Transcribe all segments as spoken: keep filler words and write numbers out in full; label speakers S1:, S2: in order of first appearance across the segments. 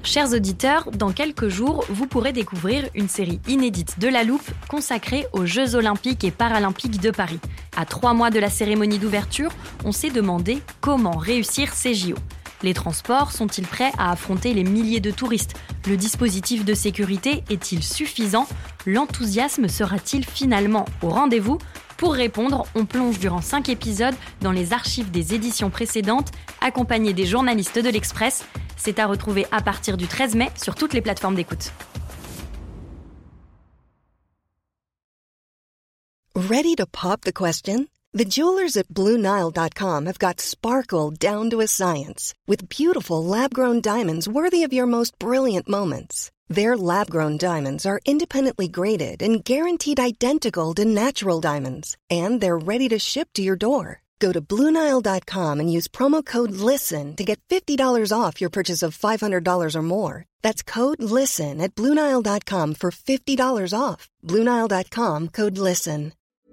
S1: Chers auditeurs, dans quelques jours, vous pourrez découvrir une série inédite de La Loupe consacrée aux Jeux Olympiques et Paralympiques de Paris. À trois mois de la cérémonie d'ouverture, on s'est demandé comment réussir ces J O. Les transports sont-ils prêts à affronter les milliers de touristes ? Le dispositif de sécurité est-il suffisant ? L'enthousiasme sera-t-il finalement au rendez-vous ? Pour répondre, on plonge durant cinq épisodes dans les archives des éditions précédentes, accompagnés des journalistes de l'Express. C'est à retrouver à partir du treize mai sur toutes les plateformes d'écoute.
S2: Ready to pop the question? The jewelers at Blue Nile dot com have got sparkle down to a science with beautiful lab-grown diamonds worthy of your most brilliant moments. Their lab-grown diamonds are independently graded and guaranteed identical to natural diamonds, and they're ready to ship to your door. Go to Blue Nile dot com and use promo code LISTEN to get fifty dollars off your purchase of five hundred dollars or more. That's code LISTEN at Blue Nile dot com for fifty dollars off. Blue Nile dot com, code LISTEN.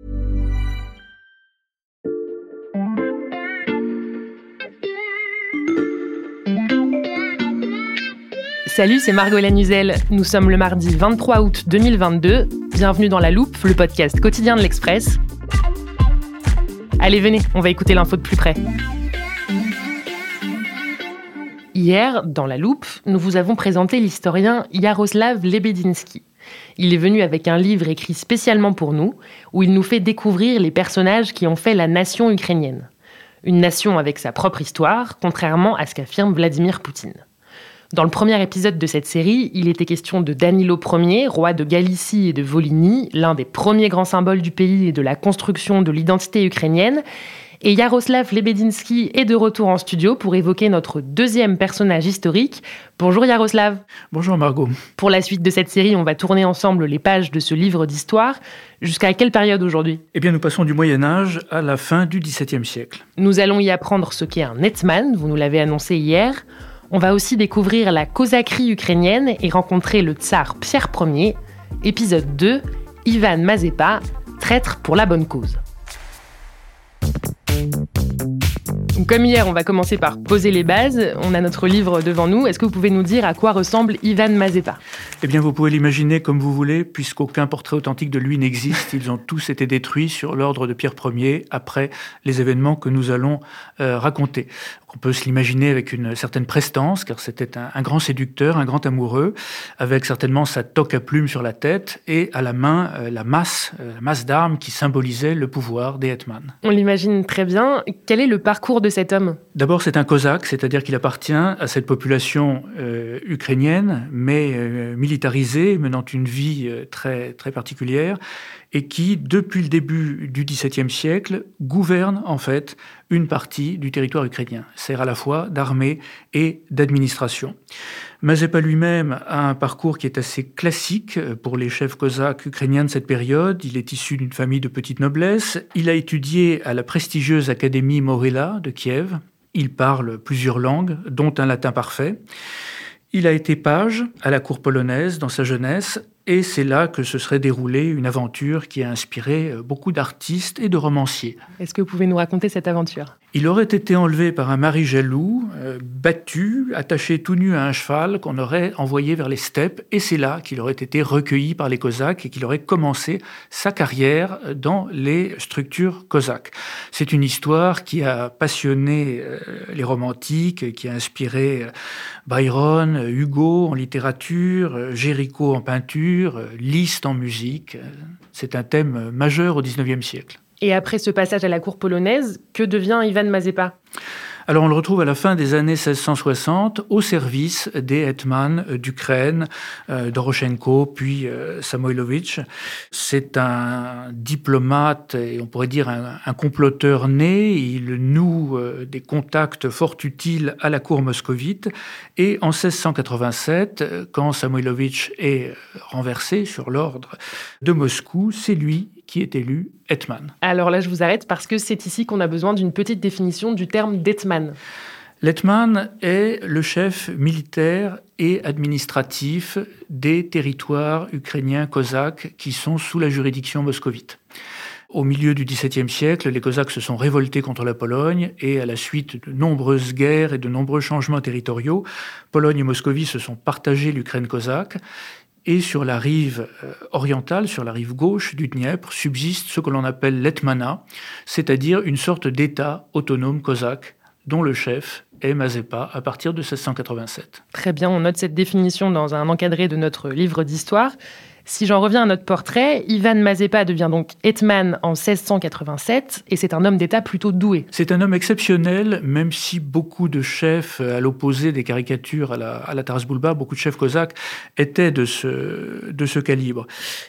S3: Salut, c'est Margot Lanuzel. Nous sommes le mardi vingt-trois août deux mille vingt-deux. Bienvenue dans La Loupe, le podcast quotidien de l'Express. Allez, venez, on va écouter l'info de plus près. Hier, dans La Loupe, nous vous avons présenté l'historien Jaroslav Lebedinsky. Il est venu avec un livre écrit spécialement pour nous, où il nous fait découvrir les personnages qui ont fait la nation ukrainienne. Une nation avec sa propre histoire, contrairement à ce qu'affirme Vladimir Poutine. Dans le premier épisode de cette série, il était question de Danilo Ier, roi de Galicie et de Volhynie, l'un des premiers grands symboles du pays et de la construction de l'identité ukrainienne. Et Jaroslav Lebedinsky est de retour en studio pour évoquer notre deuxième personnage historique. Bonjour Jaroslav.
S4: Bonjour Margot.
S3: Pour la suite de cette série, on va tourner ensemble les pages de ce livre d'histoire. Jusqu'à quelle période aujourd'hui ?
S4: Eh bien, nous passons du Moyen-Âge à la fin du dix-septième siècle.
S3: Nous allons y apprendre ce qu'est un hetman, vous nous l'avez annoncé hier. On va aussi découvrir la cosaquerie ukrainienne et rencontrer le tsar Pierre Ier. Épisode deux, Ivan Mazepa, traître pour la bonne cause. Comme hier, on va commencer par poser les bases. On a notre livre devant nous. Est-ce que vous pouvez nous dire à quoi ressemble Ivan Mazepa ?
S4: Eh bien, vous pouvez l'imaginer comme vous voulez, puisqu'aucun portrait authentique de lui n'existe. Ils ont tous été détruits sur l'ordre de Pierre Ier après les événements que nous allons euh, raconter. On peut se l'imaginer avec une certaine prestance, car c'était un, un grand séducteur, un grand amoureux, avec certainement sa toque à plumes sur la tête et à la main euh, la masse, euh, la masse d'armes qui symbolisait le pouvoir des hetmans.
S3: On l'imagine très bien. Quel est le parcours de cet homme ?
S4: D'abord, c'est un cosaque, c'est-à-dire qu'il appartient à cette population euh, ukrainienne, mais euh, militarisée, menant une vie euh, très, très particulière, et qui, depuis le début du dix-septième siècle, gouverne en fait une partie du territoire ukrainien, sert à la fois d'armée et d'administration. Mazepa lui-même a un parcours qui est assez classique pour les chefs cosaques ukrainiens de cette période. Il est issu d'une famille de petite noblesse. Il a étudié à la prestigieuse Académie Moryla de Kiev. Il parle plusieurs langues, dont un latin parfait. Il a été page à la cour polonaise dans sa jeunesse, et c'est là que se serait déroulée une aventure qui a inspiré beaucoup d'artistes et de romanciers.
S3: Est-ce que vous pouvez nous raconter cette aventure ?
S4: Il aurait été enlevé par un mari jaloux, euh, battu, attaché tout nu à un cheval qu'on aurait envoyé vers les steppes, et c'est là qu'il aurait été recueilli par les Cosaques et qu'il aurait commencé sa carrière dans les structures cosaques. C'est une histoire qui a passionné euh, les romantiques, qui a inspiré euh, Byron, Hugo en littérature, euh, Géricault en peinture, euh, Liszt en musique. C'est un thème majeur au dix-neuvième siècle.
S3: Et après ce passage à la cour polonaise, que devient Ivan Mazepa ?
S4: Alors on le retrouve à la fin des années seize cent soixante au service des hetmans d'Ukraine, euh, Doroshenko, puis euh, Samoïlovitch. C'est un diplomate et on pourrait dire un, un comploteur né. Il noue euh, des contacts fort utiles à la cour moscovite. Et en seize cent quatre-vingt-sept, quand Samoïlovitch est renversé sur l'ordre de Moscou, c'est lui qui est élu hetman.
S3: Alors là, je vous arrête parce que c'est ici qu'on a besoin d'une petite définition du terme d'hetman.
S4: L'hetman est le chef militaire et administratif des territoires ukrainiens cosaques qui sont sous la juridiction moscovite. Au milieu du dix-septième siècle, les Cosaques se sont révoltés contre la Pologne et à la suite de nombreuses guerres et de nombreux changements territoriaux, Pologne et Moscovie se sont partagés l'Ukraine cosaque. Et sur la rive orientale, sur la rive gauche du Dniepr, subsiste ce que l'on appelle l'Hetmanat, c'est-à-dire une sorte d'État autonome cosaque dont le chef est Mazepa à partir de seize cent quatre-vingt-sept.
S3: Très bien, on note cette définition dans un encadré de notre livre d'histoire. Si j'en reviens à notre portrait, Ivan Mazepa devient donc hetman en seize cent quatre-vingt-sept et c'est un homme d'État plutôt doué.
S4: C'est un homme exceptionnel, même si beaucoup de chefs, à l'opposé des caricatures à la, à la Taras Bulba, beaucoup de chefs cosaques étaient de ce, de ce calibre.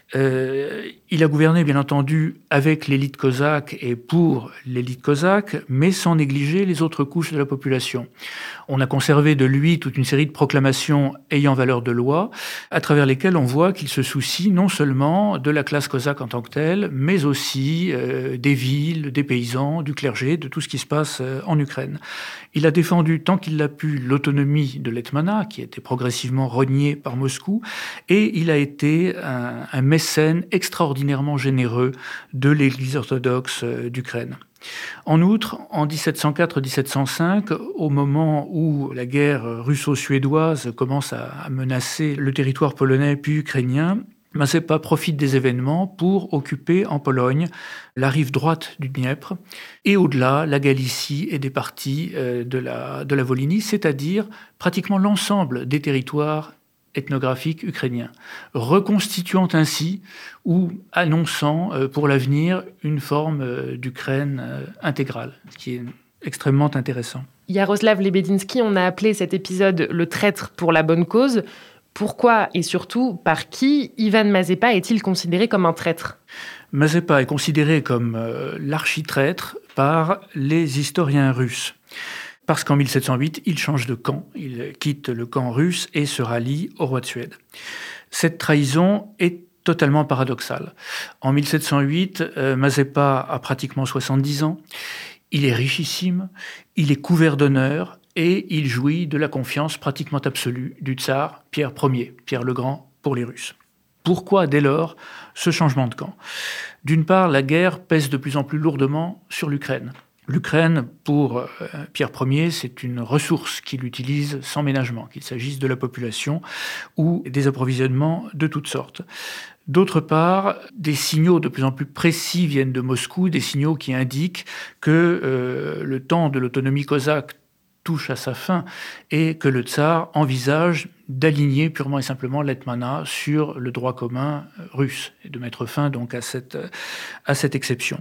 S4: Euh, il a gouverné, bien entendu, avec l'élite cosaque et pour l'élite cosaque, mais sans négliger les autres couches de la population. On a conservé de lui toute une série de proclamations ayant valeur de loi, à travers lesquelles on voit qu'il se soucie non seulement de la classe cosaque en tant que telle, mais aussi euh, des villes, des paysans, du clergé, de tout ce qui se passe euh, en Ukraine. Il a défendu tant qu'il l'a pu l'autonomie de l'Hetmanat, qui a été progressivement reniée par Moscou, et il a été un, un mécène extraordinairement généreux de l'Église orthodoxe euh, d'Ukraine. En outre, en dix-sept cent quatre dix-sept cent cinq, au moment où la guerre russo-suédoise commence à, à menacer le territoire polonais puis ukrainien, Mazepa profite des événements pour occuper en Pologne la rive droite du Dniepr et au-delà la Galicie et des parties de la, de la Volhynie, c'est-à-dire pratiquement l'ensemble des territoires ethnographiques ukrainiens, reconstituant ainsi ou annonçant pour l'avenir une forme d'Ukraine intégrale, ce qui est extrêmement intéressant.
S3: Yaroslav Lebedinsky, on a appelé cet épisode « Le traître pour la bonne cause ». Pourquoi et surtout par qui Ivan Mazepa est-il considéré comme un traître ?
S4: Mazepa est considéré comme euh, l'architraître par les historiens russes. Parce qu'en mille sept cent huit, il change de camp, il quitte le camp russe et se rallie au roi de Suède. Cette trahison est totalement paradoxale. En mille sept cent huit, euh, Mazepa a pratiquement soixante-dix ans, il est richissime, il est couvert d'honneur, et il jouit de la confiance pratiquement absolue du tsar Pierre Ier, Pierre le Grand pour les Russes. Pourquoi, dès lors, ce changement de camp ? D'une part, la guerre pèse de plus en plus lourdement sur l'Ukraine. L'Ukraine, pour euh, Pierre Ier, c'est une ressource qu'il utilise sans ménagement, qu'il s'agisse de la population ou des approvisionnements de toutes sortes. D'autre part, des signaux de plus en plus précis viennent de Moscou, des signaux qui indiquent que euh, le temps de l'autonomie cosaque touche à sa fin et que le tsar envisage d'aligner purement et simplement l'Hetmanat sur le droit commun russe et de mettre fin donc à cette, à cette exception.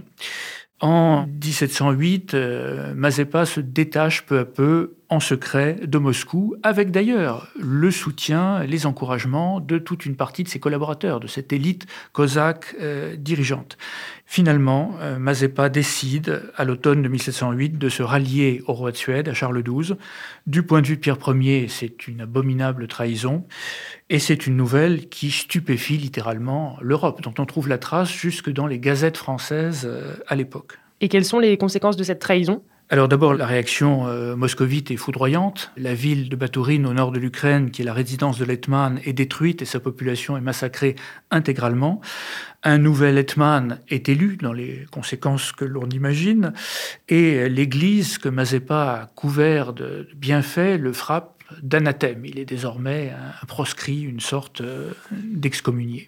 S4: En dix-sept cent huit, euh, Mazepa se détache peu à peu en secret de Moscou, avec d'ailleurs le soutien, les encouragements de toute une partie de ses collaborateurs, de cette élite cosaque euh, dirigeante. Finalement, euh, Mazepa décide, à l'automne de mille sept cent huit, de se rallier au roi de Suède, à Charles douze. Du point de vue de Pierre Ier, c'est une abominable trahison, et c'est une nouvelle qui stupéfie littéralement l'Europe, dont on trouve la trace jusque dans les gazettes françaises euh, à l'époque.
S3: Et quelles sont les conséquences de cette trahison ?
S4: Alors d'abord, la réaction euh, moscovite est foudroyante. La ville de Batourine, au nord de l'Ukraine, qui est la résidence de l'Hetman, est détruite et sa population est massacrée intégralement. Un nouvel Hetman est élu, dans les conséquences que l'on imagine, et l'église que Mazepa a couvert de bienfaits le frappe d'anathème. Il est désormais un proscrit, une sorte euh, d'excommunié.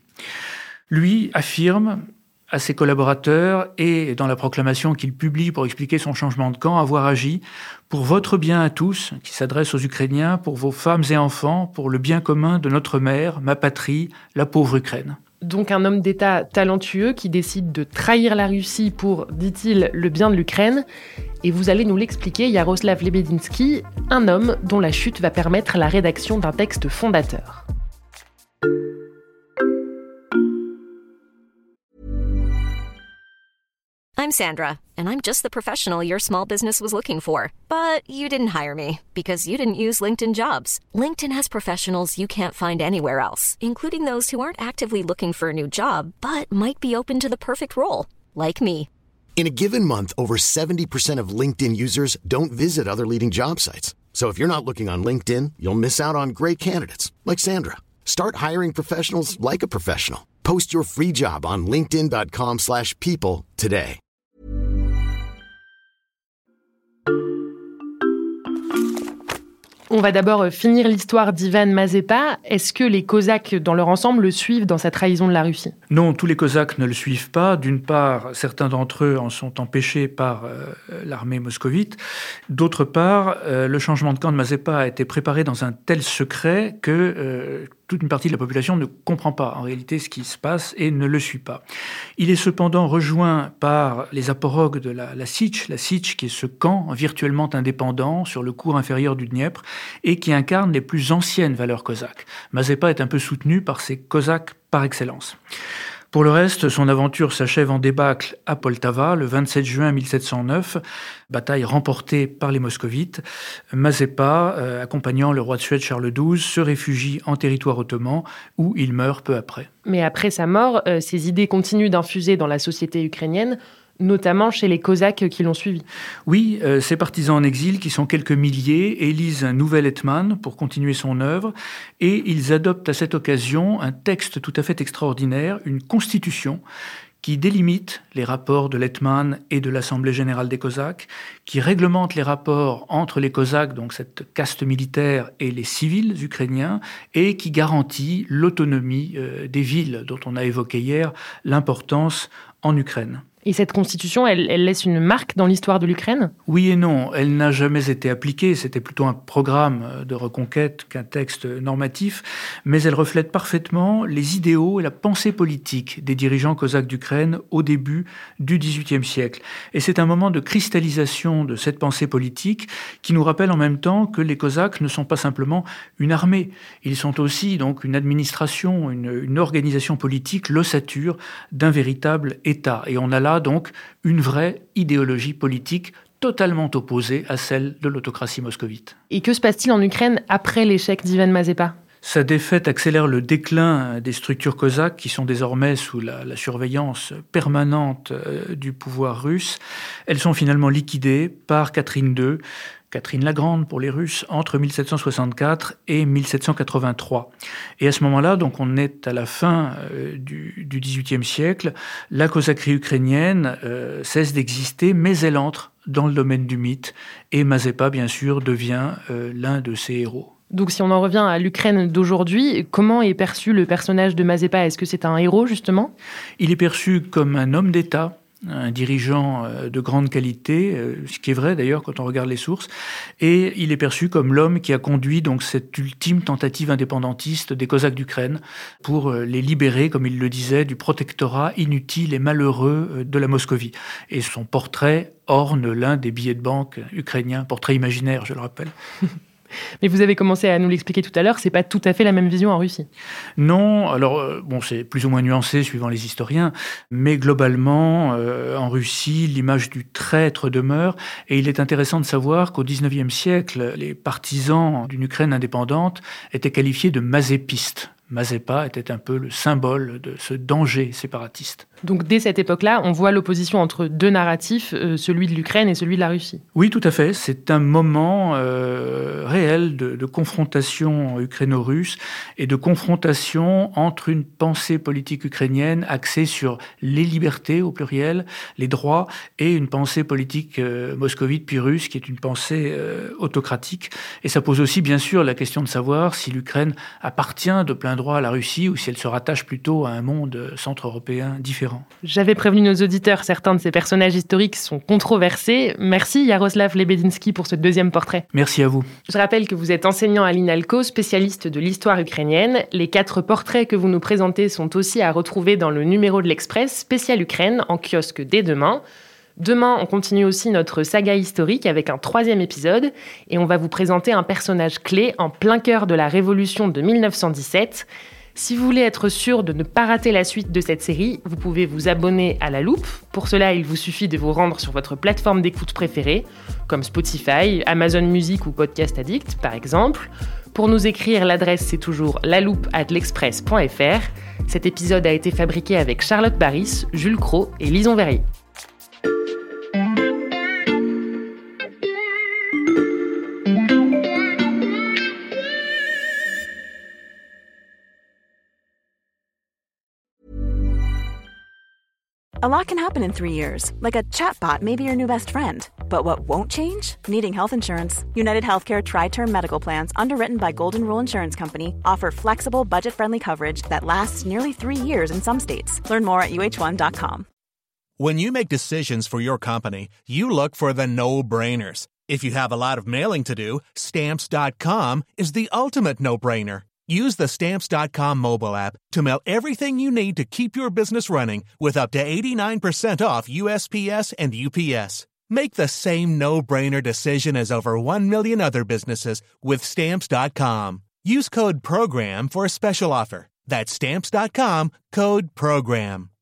S4: Lui affirme à ses collaborateurs et dans la proclamation qu'il publie pour expliquer son changement de camp, avoir agi pour votre bien à tous, qui s'adresse aux Ukrainiens, pour vos femmes et enfants, pour le bien commun de notre mère, ma patrie, la pauvre Ukraine.
S3: Donc un homme d'État talentueux qui décide de trahir la Russie pour, dit-il, le bien de l'Ukraine. Et vous allez nous l'expliquer, Yaroslav Lebedinsky, un homme dont la chute va permettre la rédaction d'un texte fondateur.
S5: I'm Sandra, and I'm just the professional your small business was looking for. But you didn't hire me because you didn't use LinkedIn Jobs. LinkedIn has professionals you can't find anywhere else, including those who aren't actively looking for a new job, but might be open to the perfect role, like me.
S6: In a given month, over seventy percent of LinkedIn users don't visit other leading job sites. So if you're not looking on LinkedIn, you'll miss out on great candidates, like Sandra. Start hiring professionals like a professional. Post your free job on linkedin dot com slash people today.
S3: On va d'abord finir l'histoire d'Ivan Mazepa. Est-ce que les Cosaques, dans leur ensemble, le suivent dans sa trahison de la Russie ?
S4: Non, tous les Cosaques ne le suivent pas. D'une part, certains d'entre eux en sont empêchés par euh, l'armée moscovite. D'autre part, euh, le changement de camp de Mazepa a été préparé dans un tel secret que euh, toute une partie de la population ne comprend pas en réalité ce qui se passe et ne le suit pas. Il est cependant rejoint par les aporogues de la, la Sich, la Sich qui est ce camp virtuellement indépendant sur le cours inférieur du Dniepr et qui incarne les plus anciennes valeurs cosaques. Mazepa est un peu soutenu par ces Cosaques par excellence. Pour le reste, son aventure s'achève en débâcle à Poltava le vingt-sept juin mille sept cent neuf, bataille remportée par les moscovites. Mazepa, euh, accompagnant le roi de Suède Charles douze, se réfugie en territoire ottoman où il meurt peu après.
S3: Mais après sa mort, euh, ses idées continuent d'infuser dans la société ukrainienne, notamment chez les Cosaques qui l'ont suivi.
S4: Oui, euh, ces partisans en exil, qui sont quelques milliers, élisent un nouvel hetman pour continuer son œuvre, et ils adoptent à cette occasion un texte tout à fait extraordinaire, une constitution, qui délimite les rapports de l'hetman et de l'Assemblée générale des Cosaques, qui réglemente les rapports entre les Cosaques, donc cette caste militaire, et les civils ukrainiens, et qui garantit l'autonomie euh, des villes, dont on a évoqué hier l'importance en Ukraine.
S3: Et cette constitution, elle, elle laisse une marque dans l'histoire de l'Ukraine ?
S4: Oui et non. Elle n'a jamais été appliquée. C'était plutôt un programme de reconquête qu'un texte normatif. Mais elle reflète parfaitement les idéaux et la pensée politique des dirigeants cosaques d'Ukraine au début du dix-huitième siècle. Et c'est un moment de cristallisation de cette pensée politique qui nous rappelle en même temps que les Cosaques ne sont pas simplement une armée. Ils sont aussi donc une administration, une, une organisation politique, l'ossature d'un véritable État. Et on a là donc une vraie idéologie politique totalement opposée à celle de l'autocratie moscovite.
S3: Et que se passe-t-il en Ukraine après l'échec d'Ivan Mazepa ?
S4: Sa défaite accélère le déclin des structures cosaques qui sont désormais sous la, la surveillance permanente euh, du pouvoir russe. Elles sont finalement liquidées par Catherine deux, Catherine la Grande pour les Russes, entre mille sept cent soixante-quatre et mille sept cent quatre-vingt-trois. Et à ce moment-là, donc on est à la fin euh, du, du dix-huitième siècle, la cosaquerie ukrainienne euh, cesse d'exister, mais elle entre dans le domaine du mythe, et Mazepa, bien sûr, devient euh, l'un de ses héros.
S3: Donc si on en revient à l'Ukraine d'aujourd'hui, comment est perçu le personnage de Mazepa ? Est-ce que c'est un héros, justement ?
S4: Il est perçu comme un homme d'État, un dirigeant de grande qualité, ce qui est vrai d'ailleurs quand on regarde les sources, et il est perçu comme l'homme qui a conduit donc cette ultime tentative indépendantiste des Cosaques d'Ukraine pour les libérer, comme il le disait, du protectorat inutile et malheureux de la Moscovie. Et son portrait orne l'un des billets de banque ukrainiens, portrait imaginaire, je le rappelle.
S3: Mais vous avez commencé à nous l'expliquer tout à l'heure, c'est pas tout à fait la même vision en Russie.
S4: Non, alors euh, bon, c'est plus ou moins nuancé suivant les historiens, mais globalement, euh, en Russie, l'image du traître demeure, et il est intéressant de savoir qu'au dix-neuvième siècle, les partisans d'une Ukraine indépendante étaient qualifiés de mazépistes. Mazepa était un peu le symbole de ce danger séparatiste.
S3: Donc dès cette époque-là, on voit l'opposition entre deux narratifs, euh, celui de l'Ukraine et celui de la Russie.
S4: Oui, tout à fait. C'est un moment euh, réel de, de confrontation ukraino-russe et de confrontation entre une pensée politique ukrainienne axée sur les libertés au pluriel, les droits, et une pensée politique euh, moscovite puis russe qui est une pensée euh, autocratique. Et ça pose aussi bien sûr la question de savoir si l'Ukraine appartient de plein droit à la Russie ou si elle se rattache plutôt à un monde centre-européen différent.
S3: J'avais prévenu nos auditeurs, certains de ces personnages historiques sont controversés. Merci Yaroslav Lebedinsky pour ce deuxième portrait.
S4: Merci à vous.
S3: Je rappelle que vous êtes enseignant à l'INALCO, spécialiste de l'histoire ukrainienne. Les quatre portraits que vous nous présentez sont aussi à retrouver dans le numéro de l'Express spécial Ukraine en kiosque dès demain. Demain, on continue aussi notre saga historique avec un troisième épisode et on va vous présenter un personnage clé en plein cœur de la Révolution de mille neuf cent dix-sept. Si vous voulez être sûr de ne pas rater la suite de cette série, vous pouvez vous abonner à La Loupe. Pour cela, il vous suffit de vous rendre sur votre plateforme d'écoute préférée, comme Spotify, Amazon Music ou Podcast Addict, par exemple. Pour nous écrire, l'adresse c'est toujours laloupe arobase l'express point fr. Cet épisode a été fabriqué avec Charlotte Baris, Jules Cros et Lison Verrier.
S7: A lot can happen in three years, like a chatbot may be your new best friend. But what won't change? Needing health insurance. United Healthcare Tri-Term Medical Plans, underwritten by Golden Rule Insurance Company, offer flexible, budget-friendly coverage that lasts nearly three years in some states. Learn more at U H one dot com.
S8: When you make decisions for your company, you look for the no-brainers. If you have a lot of mailing to do, Stamps dot com is the ultimate no-brainer. Use the Stamps dot com mobile app to mail everything you need to keep your business running with up to eighty-nine percent off U S P S and U P S. Make the same no-brainer decision as over one million other businesses with Stamps dot com. Use code PROGRAM for a special offer. That's Stamps dot com, code PROGRAM.